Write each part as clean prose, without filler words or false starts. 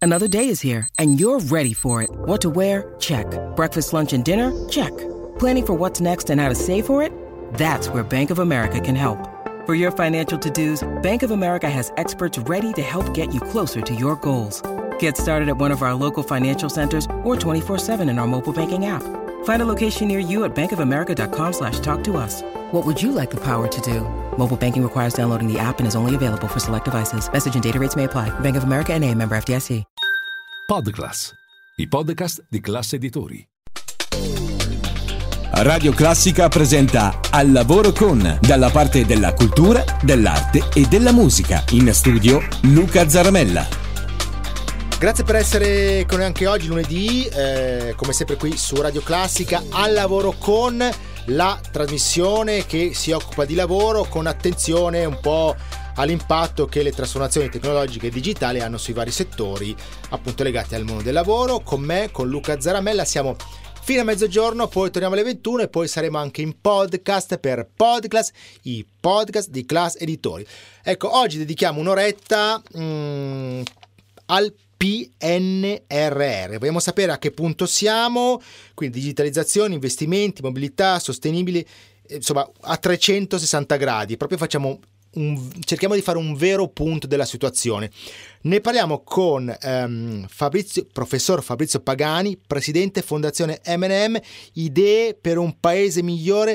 Another day is here, and you're ready for it. What to wear? Check. Breakfast, lunch, and dinner? Check. Planning for what's next and how to save for it? That's where Bank of America can help. For your financial to-dos, Bank of America has experts ready to help get you closer to your goals. Get started at one of our local financial centers or 24/7 in our mobile banking app. Find a location near you at bankofamerica.com/talktous. What would you like the power to do? Mobile banking requires downloading the app and is only available for select devices. Message and data rates may apply. Bank of America N.A., member FDIC. Podclass, i podcast di Class Editori. Radio Classica presenta Al lavoro con, dalla parte della cultura, dell'arte e della musica. In studio Luca Zaramella. Grazie per essere con noi anche oggi, lunedì, come sempre qui su Radio Classica, Al lavoro con, la trasmissione che si occupa di lavoro con attenzione un po' all'impatto che le trasformazioni tecnologiche e digitali hanno sui vari settori appunto legati al mondo del lavoro. Con me, con Luca Zaramella, siamo fino a mezzogiorno, poi torniamo alle 21 e poi saremo anche in podcast per Podclass, i podcast di Class Editori. Ecco, oggi dedichiamo un'oretta al PNRR. Vogliamo sapere a che punto siamo, quindi digitalizzazione, investimenti, mobilità sostenibili, insomma a 360 gradi. Proprio cerchiamo di fare un vero punto della situazione. Ne parliamo con professor Fabrizio Pagani, presidente Fondazione M&M, Idee per un paese migliore.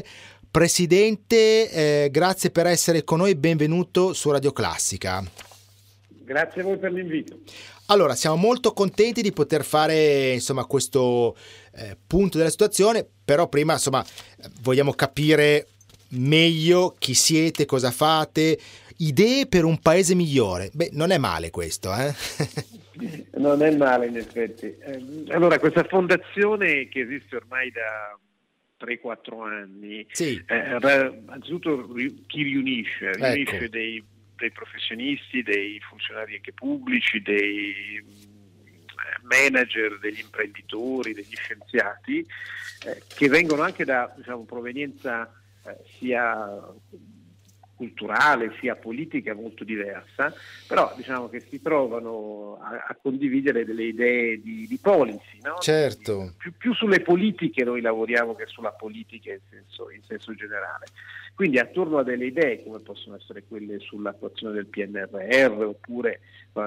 Presidente, grazie per essere con noi, benvenuto su Radio Classica. Grazie a voi per l'invito. Allora, siamo molto contenti di poter fare insomma questo punto della situazione, però prima insomma vogliamo capire meglio chi siete, cosa fate. Idee per un paese migliore. Beh, non è male questo, eh? Non è male in effetti. Allora, questa fondazione che esiste ormai da 3-4 anni, sì. Anzitutto chi riunisce Ecco. dei professionisti, dei funzionari anche pubblici, dei manager, degli imprenditori, degli scienziati, che vengono anche da provenienza sia culturale sia politica molto diversa, però diciamo che si trovano a condividere delle idee di policy, no? Certo. Più sulle politiche noi lavoriamo che sulla politica in senso generale. Quindi attorno a delle idee come possono essere quelle sull'attuazione del PNRR, oppure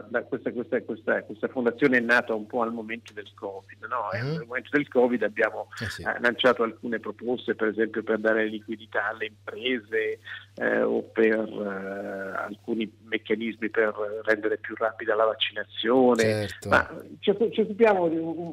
questa fondazione è nata un po' al momento del Covid, no? Nel momento del Covid abbiamo lanciato alcune proposte, per esempio per dare liquidità alle imprese o per alcuni meccanismi per rendere più rapida la vaccinazione. Certo. Ma ci occupiamo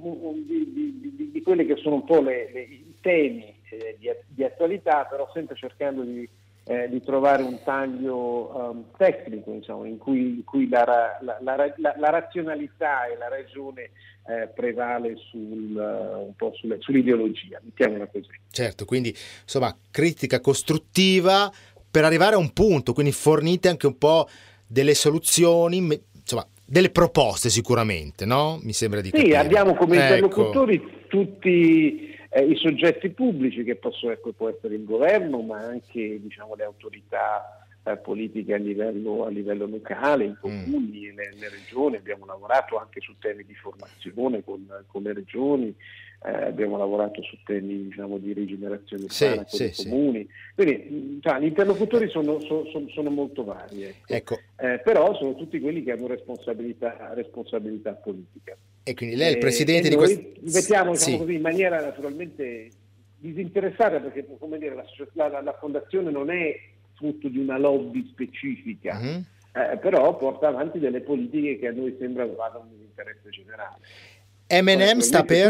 di quelli che sono un po' i temi di attualità, però sempre cercando di trovare un taglio tecnico, in cui la razionalità e la ragione prevale un po' sull'ideologia, mettiamola così. Certo, quindi insomma critica costruttiva per arrivare a un punto, quindi fornite anche un po' delle soluzioni, insomma delle proposte sicuramente, no? Mi sembra di capire. Sì, abbiamo come Ecco. interlocutori tutti i soggetti pubblici, che può essere il governo, ma anche le autorità politiche a livello locale, i comuni, le regioni. Abbiamo lavorato anche su temi di formazione con le regioni, abbiamo lavorato su temi di rigenerazione urbana con i comuni. Quindi gli interlocutori sono molto vari, Ecco. però sono tutti quelli che hanno responsabilità politica. E quindi lei è il presidente di questo. Noi mettiamo così in maniera naturalmente disinteressata, perché la fondazione non è frutto di una lobby specifica, però porta avanti delle politiche che a noi sembra vadano nell'interesse generale. M&M sta per?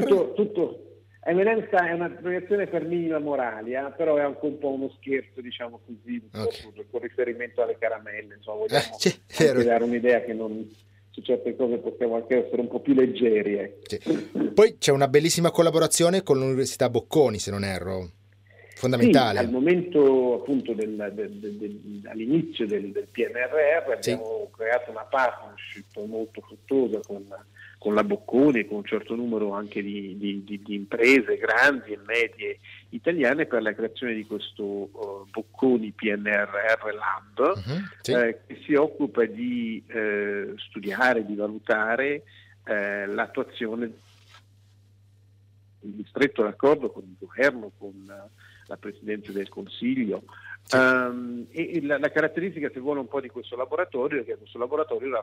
M&M è una proiezione per Minima Moralia, però è anche un po' uno scherzo, così, con riferimento alle caramelle. Vogliamo anche dare un'idea che su certe cose possiamo anche essere un po' più leggeri. Sì. Poi c'è una bellissima collaborazione con l'Università Bocconi, se non erro, fondamentale. Sì, al momento appunto all'inizio del PNRR abbiamo creato una partnership molto fruttuosa con la Bocconi e con un certo numero anche di imprese grandi e medie italiane per la creazione di questo Bocconi PNRR Lab, che si occupa di studiare, di valutare l'attuazione di stretto d'accordo con il governo, con la Presidenza del Consiglio. E la caratteristica, se vuole, un po' di questo laboratorio è che questo laboratorio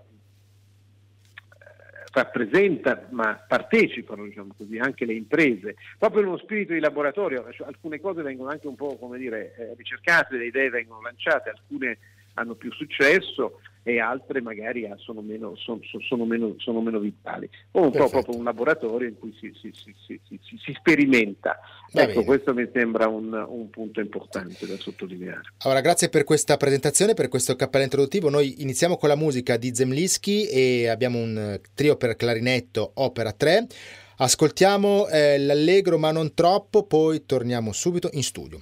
rappresenta, ma partecipano, diciamo così, anche le imprese, proprio in uno spirito di laboratorio. Cioè, alcune cose vengono anche un po', come dire, ricercate, le idee vengono lanciate, alcune hanno più successo e altre magari sono meno vitali. O un po' proprio un laboratorio in cui si sperimenta. Ecco, questo mi sembra un punto importante da sottolineare. Allora, grazie per questa presentazione, per questo cappello introduttivo. Noi iniziamo con la musica di Zemlinsky e abbiamo un trio per clarinetto opera 3. Ascoltiamo l'allegro ma non troppo, poi torniamo subito in studio.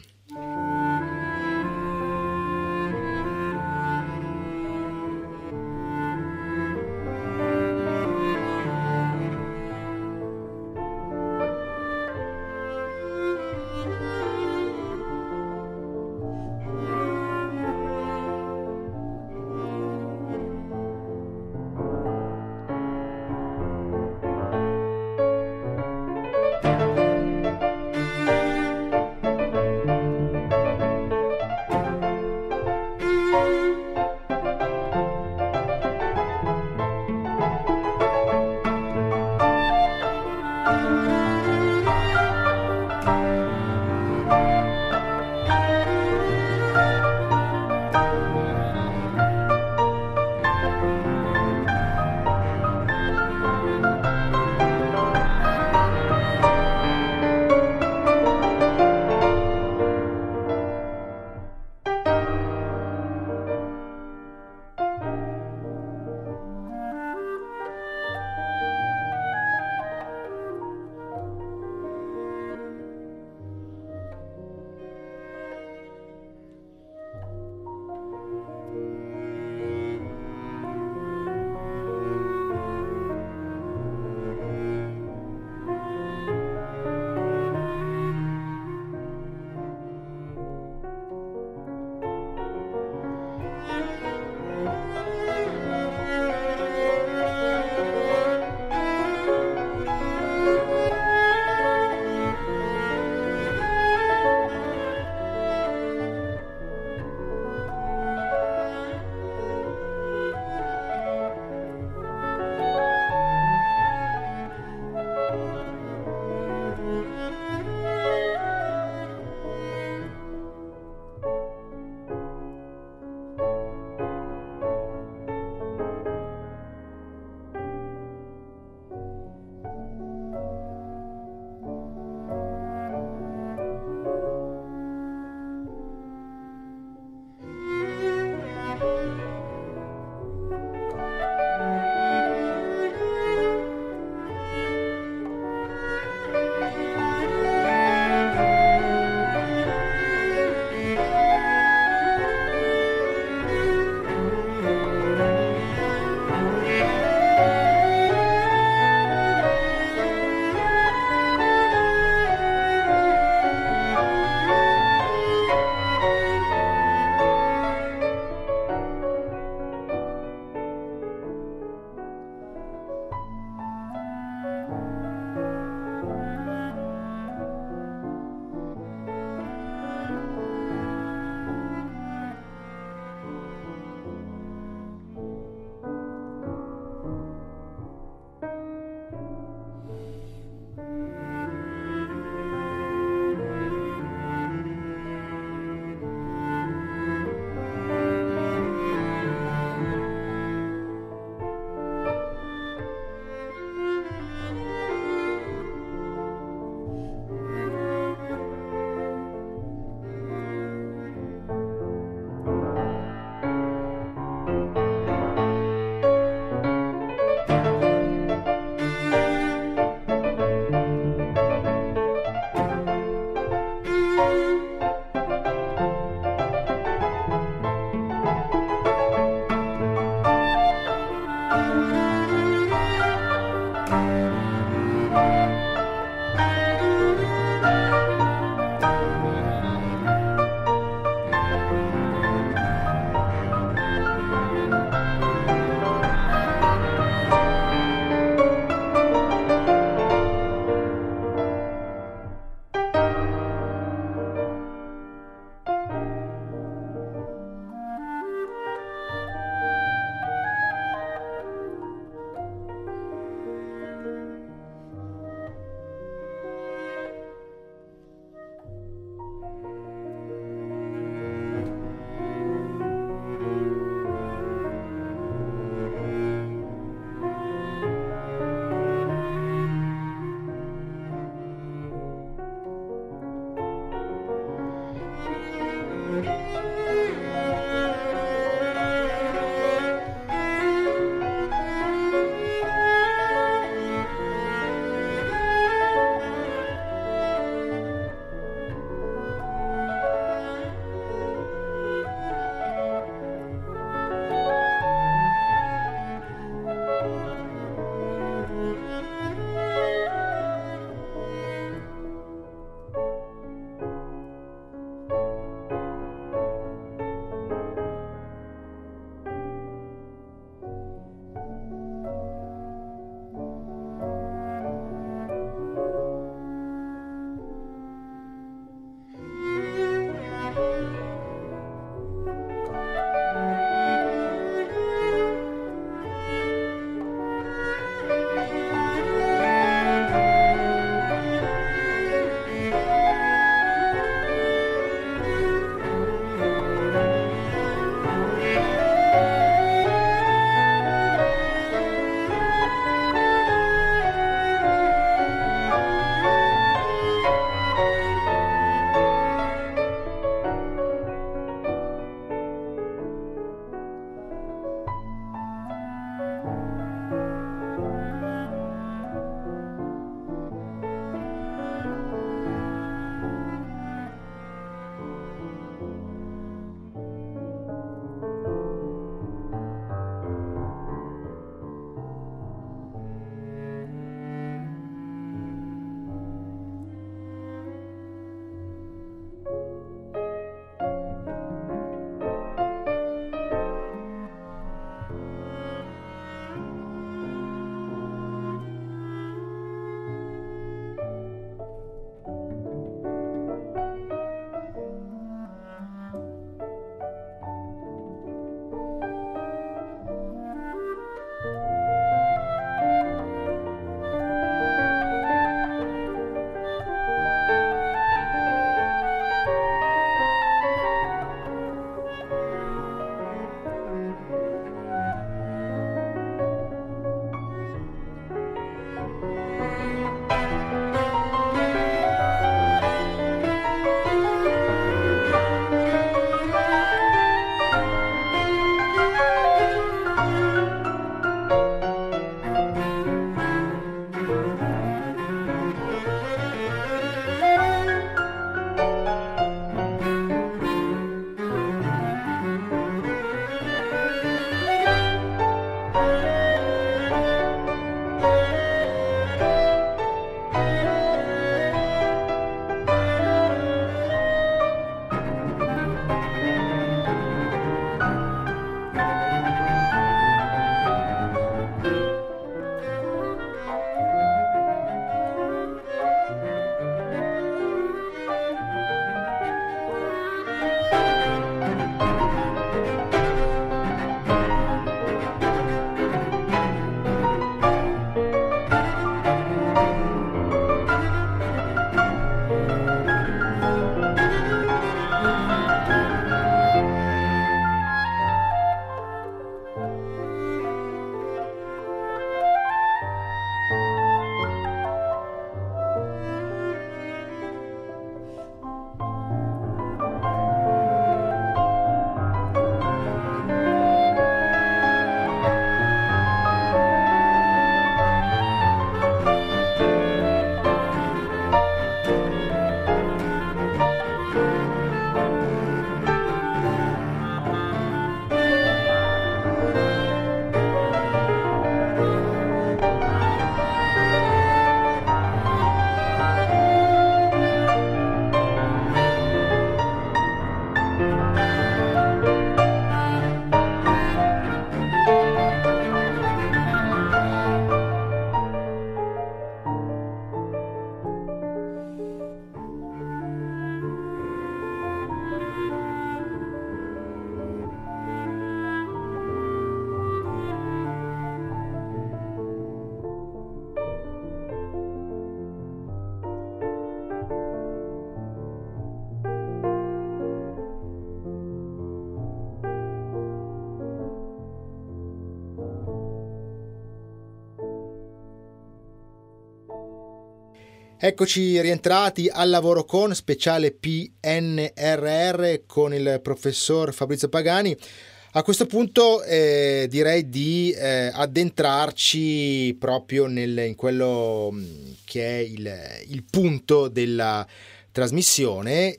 Eccoci rientrati al lavoro con speciale PNRR con il professor Fabrizio Pagani. A questo punto direi di addentrarci proprio in quello che è il punto della trasmissione,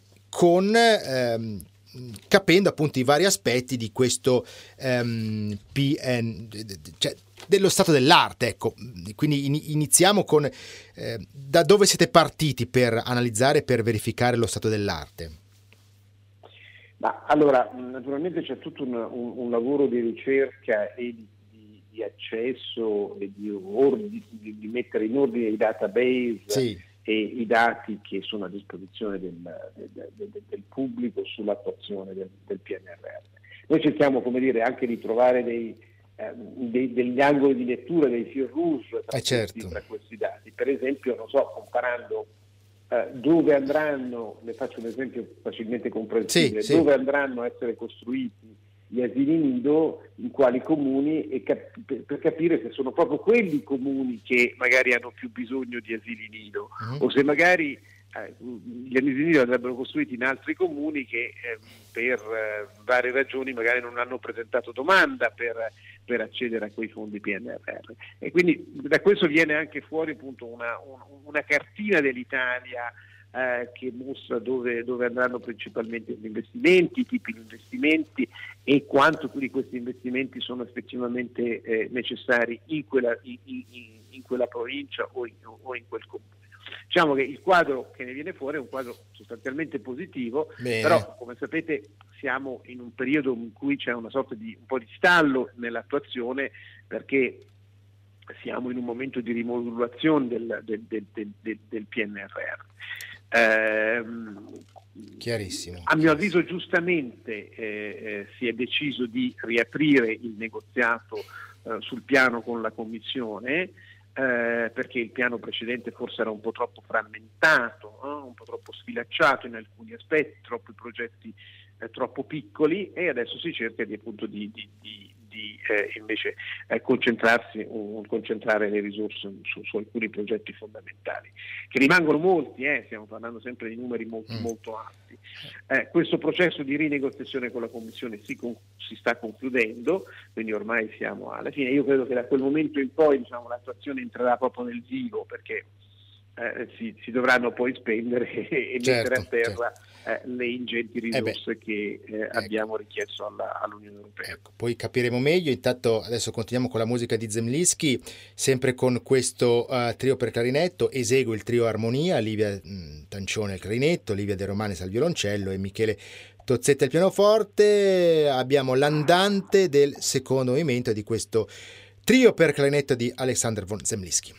capendo appunto i vari aspetti di questo cioè dello stato dell'arte, ecco. Quindi iniziamo con da dove siete partiti per analizzare, per verificare lo stato dell'arte? Ma allora, naturalmente c'è tutto un lavoro di ricerca e di accesso e di mettere in ordine i database, sì, e i dati che sono a disposizione del pubblico sull'attuazione del PNRR. Noi cerchiamo, come dire, anche di trovare degli angoli di lettura, dei fil rouge tra questi dati. Per esempio, non so, comparando dove andranno, ne faccio un esempio facilmente comprensibile, sì, dove andranno a essere costruiti gli asili nido, in quali comuni, e per capire se sono proprio quelli comuni che magari hanno più bisogno di asili nido, o se magari gli asili nido andrebbero costruiti in altri comuni che per varie ragioni magari non hanno presentato domanda per accedere a quei fondi PNRR. E quindi da questo viene anche fuori appunto una cartina dell'Italia che mostra dove andranno principalmente gli investimenti, i tipi di investimenti e quanto di questi investimenti sono effettivamente necessari in quella provincia o in quel comune. Diciamo che il quadro che ne viene fuori è un quadro sostanzialmente positivo. Bene. Però come sapete siamo in un periodo in cui c'è una sorta di un po' di stallo nell'attuazione, perché siamo in un momento di rimodulazione del PNRR. Chiarissimo. A mio avviso giustamente si è deciso di riaprire il negoziato sul piano con la Commissione, perché il piano precedente forse era un po' troppo frammentato, un po' troppo sfilacciato in alcuni aspetti, troppi progetti troppo piccoli, e adesso si cerca di invece concentrare le risorse su alcuni progetti fondamentali, che rimangono molti, stiamo parlando sempre di numeri molto alti. Questo processo di rinegoziazione con la Commissione si sta concludendo, quindi ormai siamo alla fine. Io credo che da quel momento in poi l'attuazione entrerà proprio nel vivo, perché si dovranno poi spendere e mettere a terra le ingenti risorse che abbiamo richiesto all'Unione Europea. Ecco, poi capiremo meglio. Intanto adesso continuiamo con la musica di Zemlinsky, sempre con questo trio per clarinetto. Esegue il trio Armonia, Livia Tancione al clarinetto, Livia De Romanis al violoncello e Michele Tozzetti al pianoforte. Abbiamo l'andante del secondo movimento di questo trio per clarinetto di Alexander von Zemlinsky.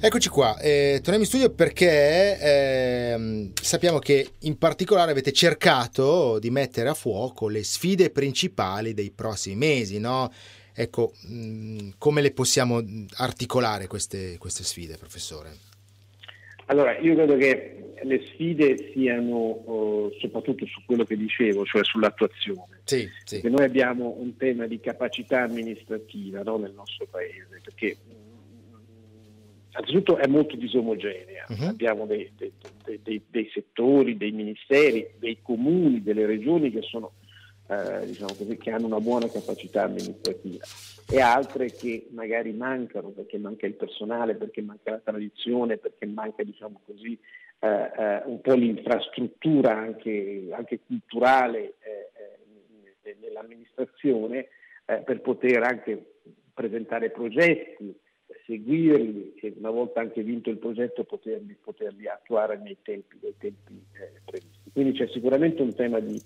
Eccoci qua, torniamo in studio perché sappiamo che in particolare avete cercato di mettere a fuoco le sfide principali dei prossimi mesi, no? Ecco, come le possiamo articolare queste sfide, professore? Allora, io credo che le sfide siano soprattutto su quello che dicevo, cioè sull'attuazione. Sì. Perché noi abbiamo un tema di capacità amministrativa, no, nel nostro paese, perché anzitutto è molto disomogenea. Abbiamo dei settori, dei ministeri, dei comuni, delle regioni che sono diciamo così, che hanno una buona capacità amministrativa, e altre che magari mancano, perché manca il personale, perché manca la tradizione, perché manca, diciamo così, un po' l'infrastruttura anche culturale nell'amministrazione, per poter anche presentare progetti, seguirli e una volta anche vinto il progetto poterli attuare nei tempi previsti. Quindi c'è sicuramente un tema di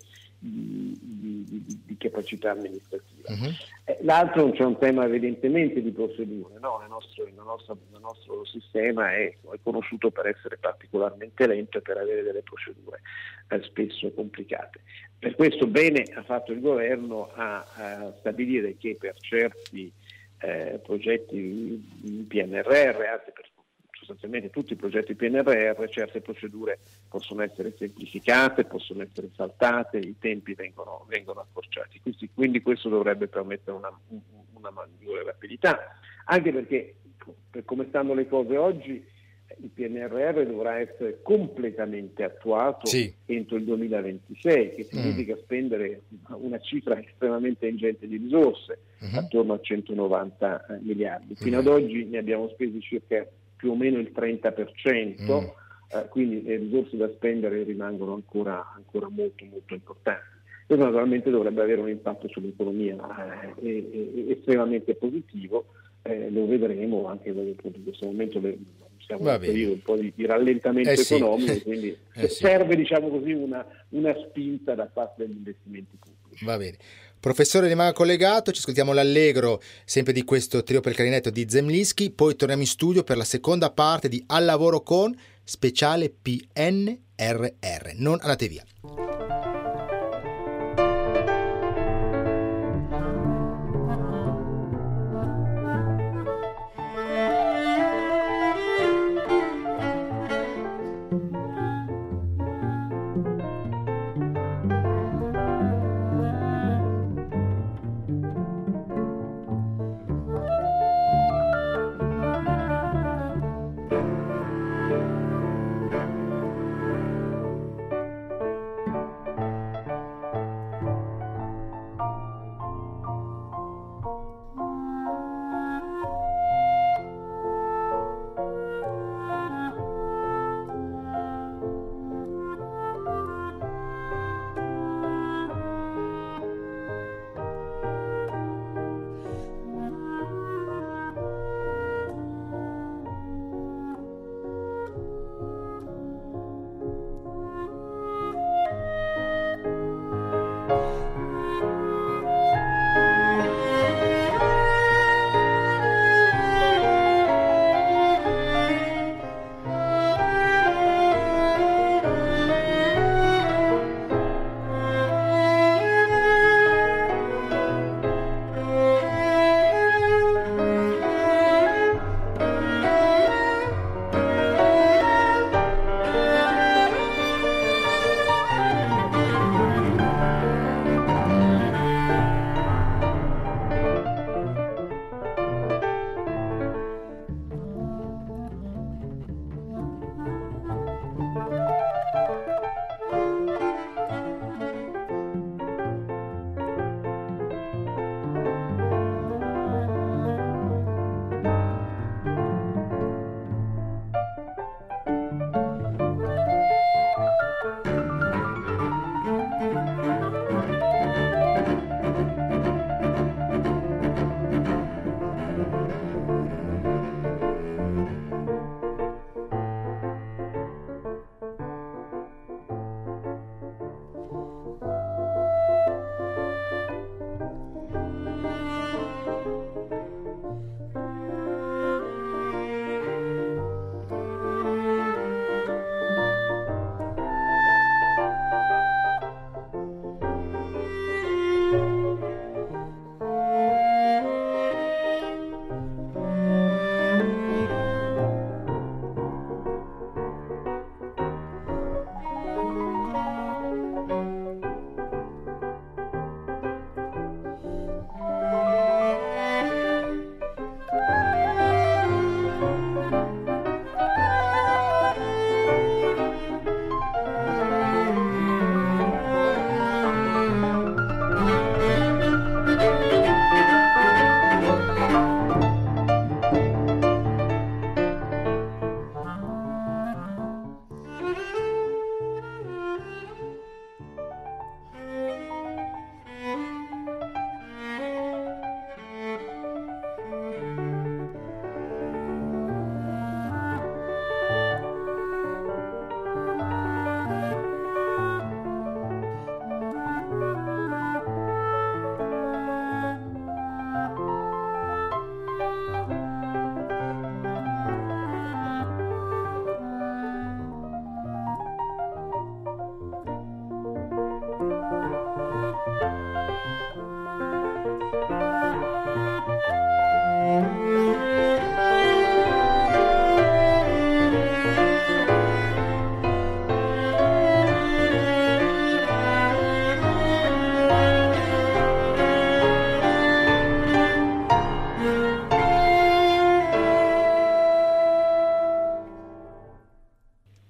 capacità amministrativa. L'altro c'è un tema evidentemente di procedure, no? Il nostro sistema è conosciuto per essere particolarmente lento e per avere delle procedure spesso complicate. Per questo bene ha fatto il governo a stabilire che per certi progetti PNRR, anzi per sostanzialmente tutti i progetti PNRR, certe procedure possono essere semplificate, possono essere saltate, i tempi vengono accorciati. Quindi questo dovrebbe permettere una maggiore rapidità, anche perché per come stanno le cose oggi il PNRR dovrà essere completamente attuato entro il 2026, che significa spendere una cifra estremamente ingente di risorse, attorno a 190 miliardi. Fino ad oggi ne abbiamo spesi circa più o meno il 30%, quindi le risorse da spendere rimangono ancora molto molto importanti. Questo naturalmente dovrebbe avere un impatto sull'economia estremamente positivo, lo vedremo anche perché in questo momento siamo in un periodo un po' di rallentamento economico, quindi serve, diciamo così, una spinta da parte degli investimenti pubblici. Va bene. Professore, rimanga collegato, ci ascoltiamo l'allegro sempre di questo trio per clarinetto di Zemlinsky, poi torniamo in studio per la seconda parte di Al lavoro con speciale PNRR. Non andate via.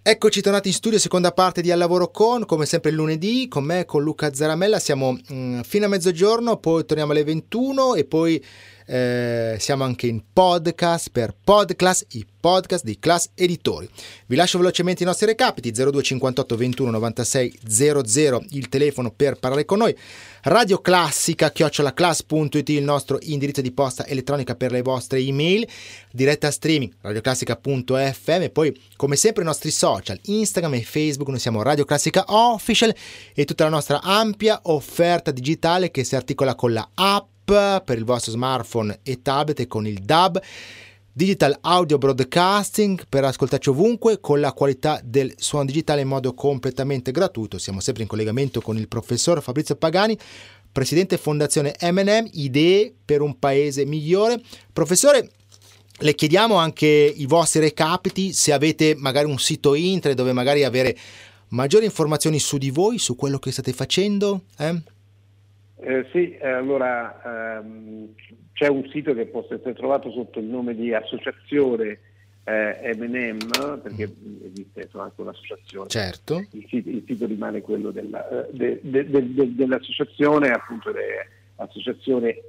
Eccoci tornati in studio, seconda parte di Al Lavoro Con, come sempre il lunedì, con me, con Luca Zaramella, siamo fino a mezzogiorno, poi torniamo alle 21 e poi siamo anche in podcast per Podclass, i podcast di Class Editori. Vi lascio velocemente i nostri recapiti: 02 58 21 96 00 il telefono per parlare con noi, Radio Classica @class.it il nostro indirizzo di posta elettronica per le vostre email, diretta streaming radioclassica.fm, e poi come sempre i nostri social Instagram e Facebook, noi siamo Radio Classica Official, e tutta la nostra ampia offerta digitale che si articola con la app per il vostro smartphone e tablet e con il DAB, Digital Audio Broadcasting, per ascoltarci ovunque con la qualità del suono digitale in modo completamente gratuito. Siamo sempre in collegamento con il professor Fabrizio Pagani, presidente Fondazione M&M, Idee per un Paese Migliore. Professore, le chiediamo anche i vostri recapiti, se avete magari un sito internet dove magari avere maggiori informazioni su di voi, su quello che state facendo. Sì, allora c'è un sito che può essere trovato sotto il nome di Associazione M&M, perché esiste anche un'associazione. Certo. Il sito rimane quello dell'associazione, appunto associazione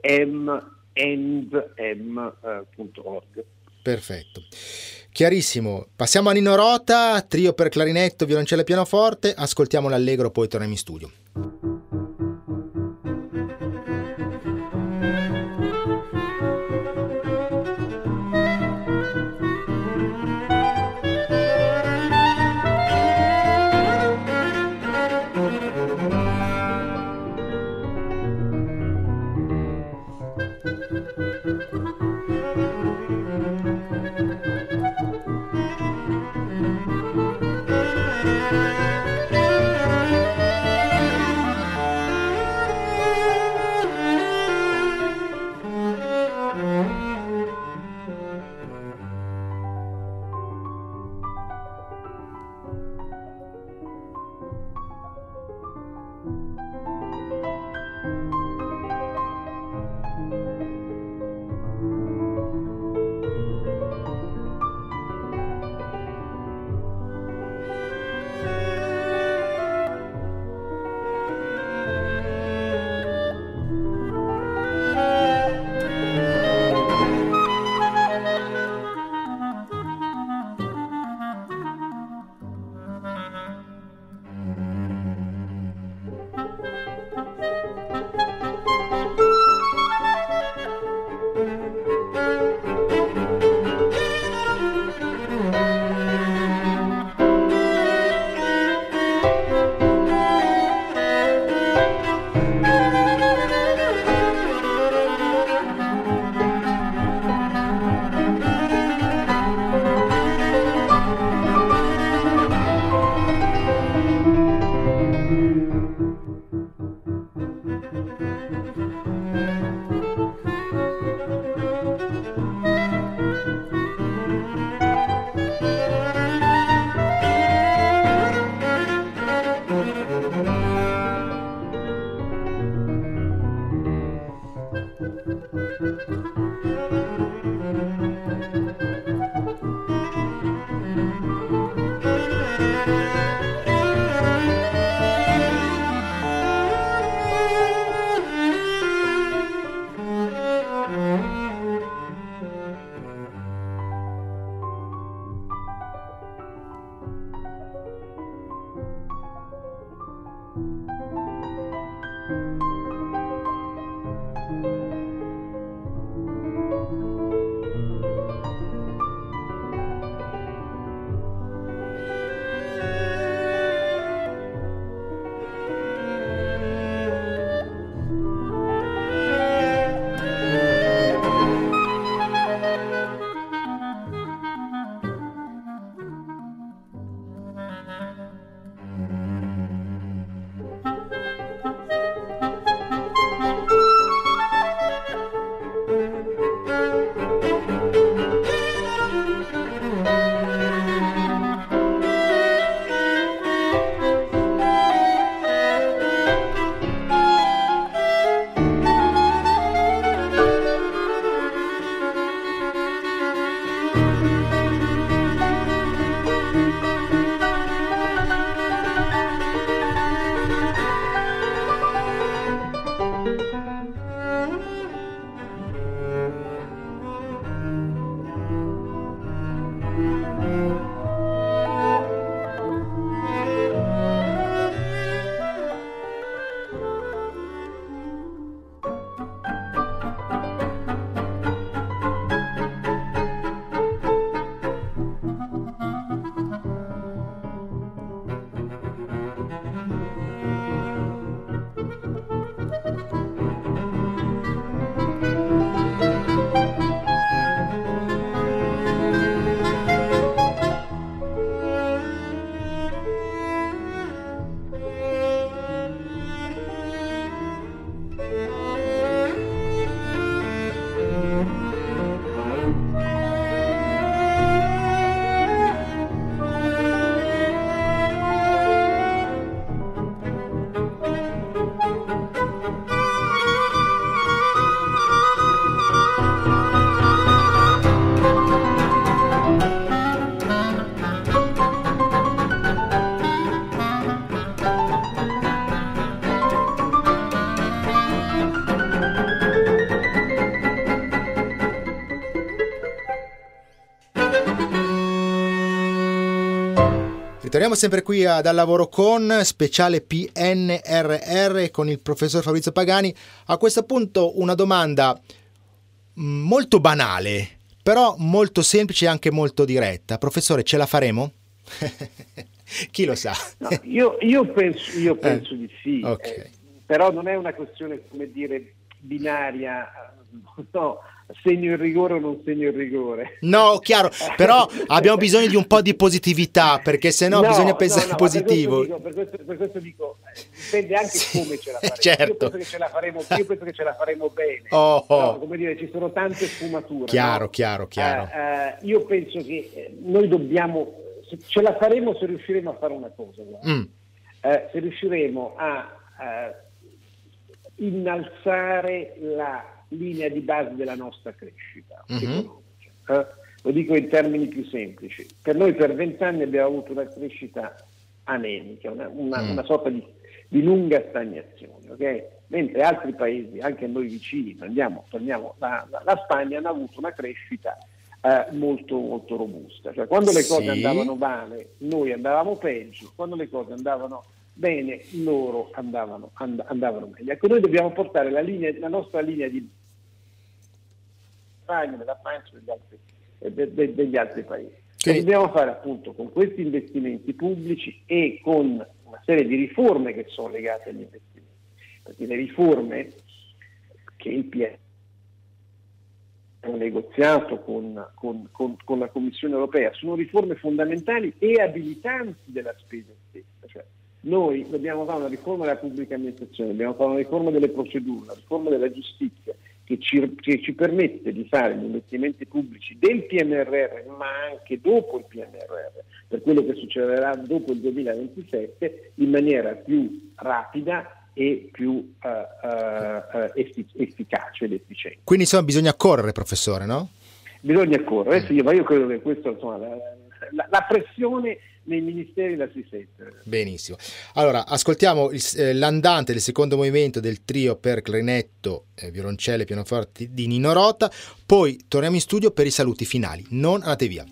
m.org. Perfetto, chiarissimo. Passiamo a Nino Rota, trio per clarinetto, violoncello e pianoforte. Ascoltiamo l'allegro, poi torniamo in studio. Ritorniamo sempre qui Dal Lavoro Con, speciale PNRR con il professor Fabrizio Pagani. A questo punto una domanda molto banale, però molto semplice e anche molto diretta. Professore, ce la faremo? Chi lo sa? No, io penso di sì, Okay. Però non è una questione, come dire, binaria, no, segno il rigore o non segno il rigore. No, chiaro, però abbiamo bisogno di un po' di positività, perché sennò bisogna pensare positivo. Per questo dico, dipende anche come ce la faremo. Certo. Io penso che ce la faremo bene. Oh. No, come dire, ci sono tante sfumature. Chiaro, no? chiaro. Io penso che noi dobbiamo, ce la faremo se riusciremo a fare una cosa. Se riusciremo a innalzare la linea di base della nostra crescita economica. Lo dico in termini più semplici. Per noi per 20 anni abbiamo avuto una crescita anemica, una sorta di lunga stagnazione, ok? Mentre altri paesi, anche a noi vicini, la Spagna hanno avuto una crescita molto molto robusta. Cioè, quando le cose andavano male, noi andavamo peggio; quando le cose andavano bene, loro andavano meglio. Ecco, noi dobbiamo portare la nostra linea di Spagna, della Francia degli altri paesi. Lo dobbiamo fare appunto con questi investimenti pubblici e con una serie di riforme che sono legate agli investimenti, perché le riforme che il PNRR ha negoziato con la Commissione europea sono riforme fondamentali e abilitanti della spesa stessa. Cioè, noi dobbiamo fare una riforma della pubblica amministrazione, dobbiamo fare una riforma delle procedure, una riforma della giustizia che ci permette di fare gli investimenti pubblici del PNRR, ma anche dopo il PNRR, per quello che succederà dopo il 2027, in maniera più rapida e più efficace ed efficiente. Quindi insomma bisogna correre, professore, no? Bisogna correre, sì, ma io credo che questo, insomma, la pressione nei ministeri la si sente. Benissimo. Allora, ascoltiamo l'andante del secondo movimento del trio per clarinetto, violoncelle e pianoforte di Nino Rota, poi torniamo in studio per i saluti finali. Non andate via.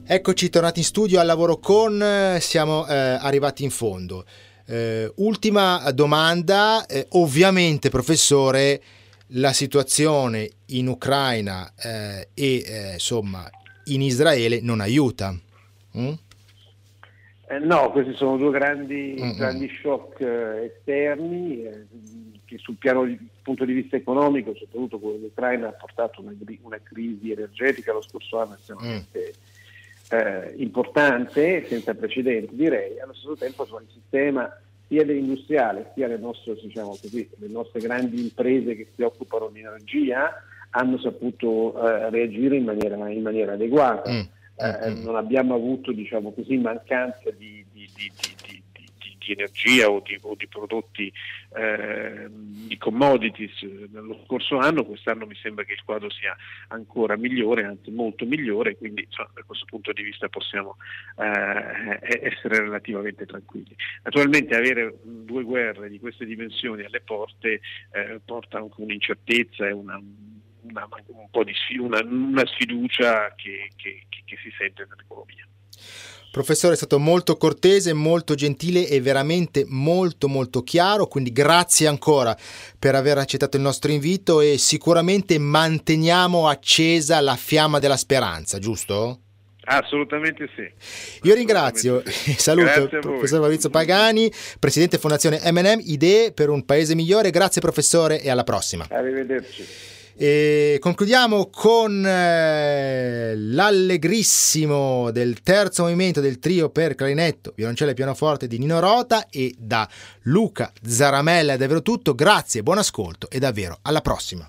Eccoci tornati in studio al lavoro con, siamo arrivati in fondo. Ultima domanda, ovviamente professore, la situazione in Ucraina insomma in Israele non aiuta. No, questi sono due grandi shock esterni che sul punto di vista economico, soprattutto quello dell'Ucraina, ha portato una crisi energetica lo scorso anno estremamente importante, senza precedenti direi. Allo stesso tempo il sistema sia dell'industriale sia le nostre grandi imprese che si occupano di energia hanno saputo reagire in maniera adeguata. Non abbiamo avuto mancanza di energia o di prodotti di commodities nello scorso anno. Quest'anno mi sembra che il quadro sia ancora migliore, anzi molto migliore, quindi da questo punto di vista possiamo essere relativamente tranquilli. Naturalmente avere due guerre di queste dimensioni alle porte porta anche un'incertezza e una sfiducia che si sente nell'economia. Professore, è stato molto cortese, molto gentile e veramente molto molto chiaro, quindi grazie ancora per aver accettato il nostro invito e sicuramente manteniamo accesa la fiamma della speranza, giusto? Assolutamente sì. Io ringrazio e saluto il professor Maurizio Pagani, presidente Fondazione M&M, Idee per un Paese Migliore. Grazie professore e alla prossima. Arrivederci. E concludiamo con l'allegrissimo del terzo movimento del trio per clarinetto, violoncello e pianoforte di Nino Rota, e da Luca Zaramella è davvero tutto. Grazie, buon ascolto e davvero alla prossima.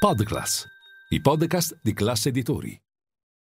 Podclass, i podcast di Classe Editori.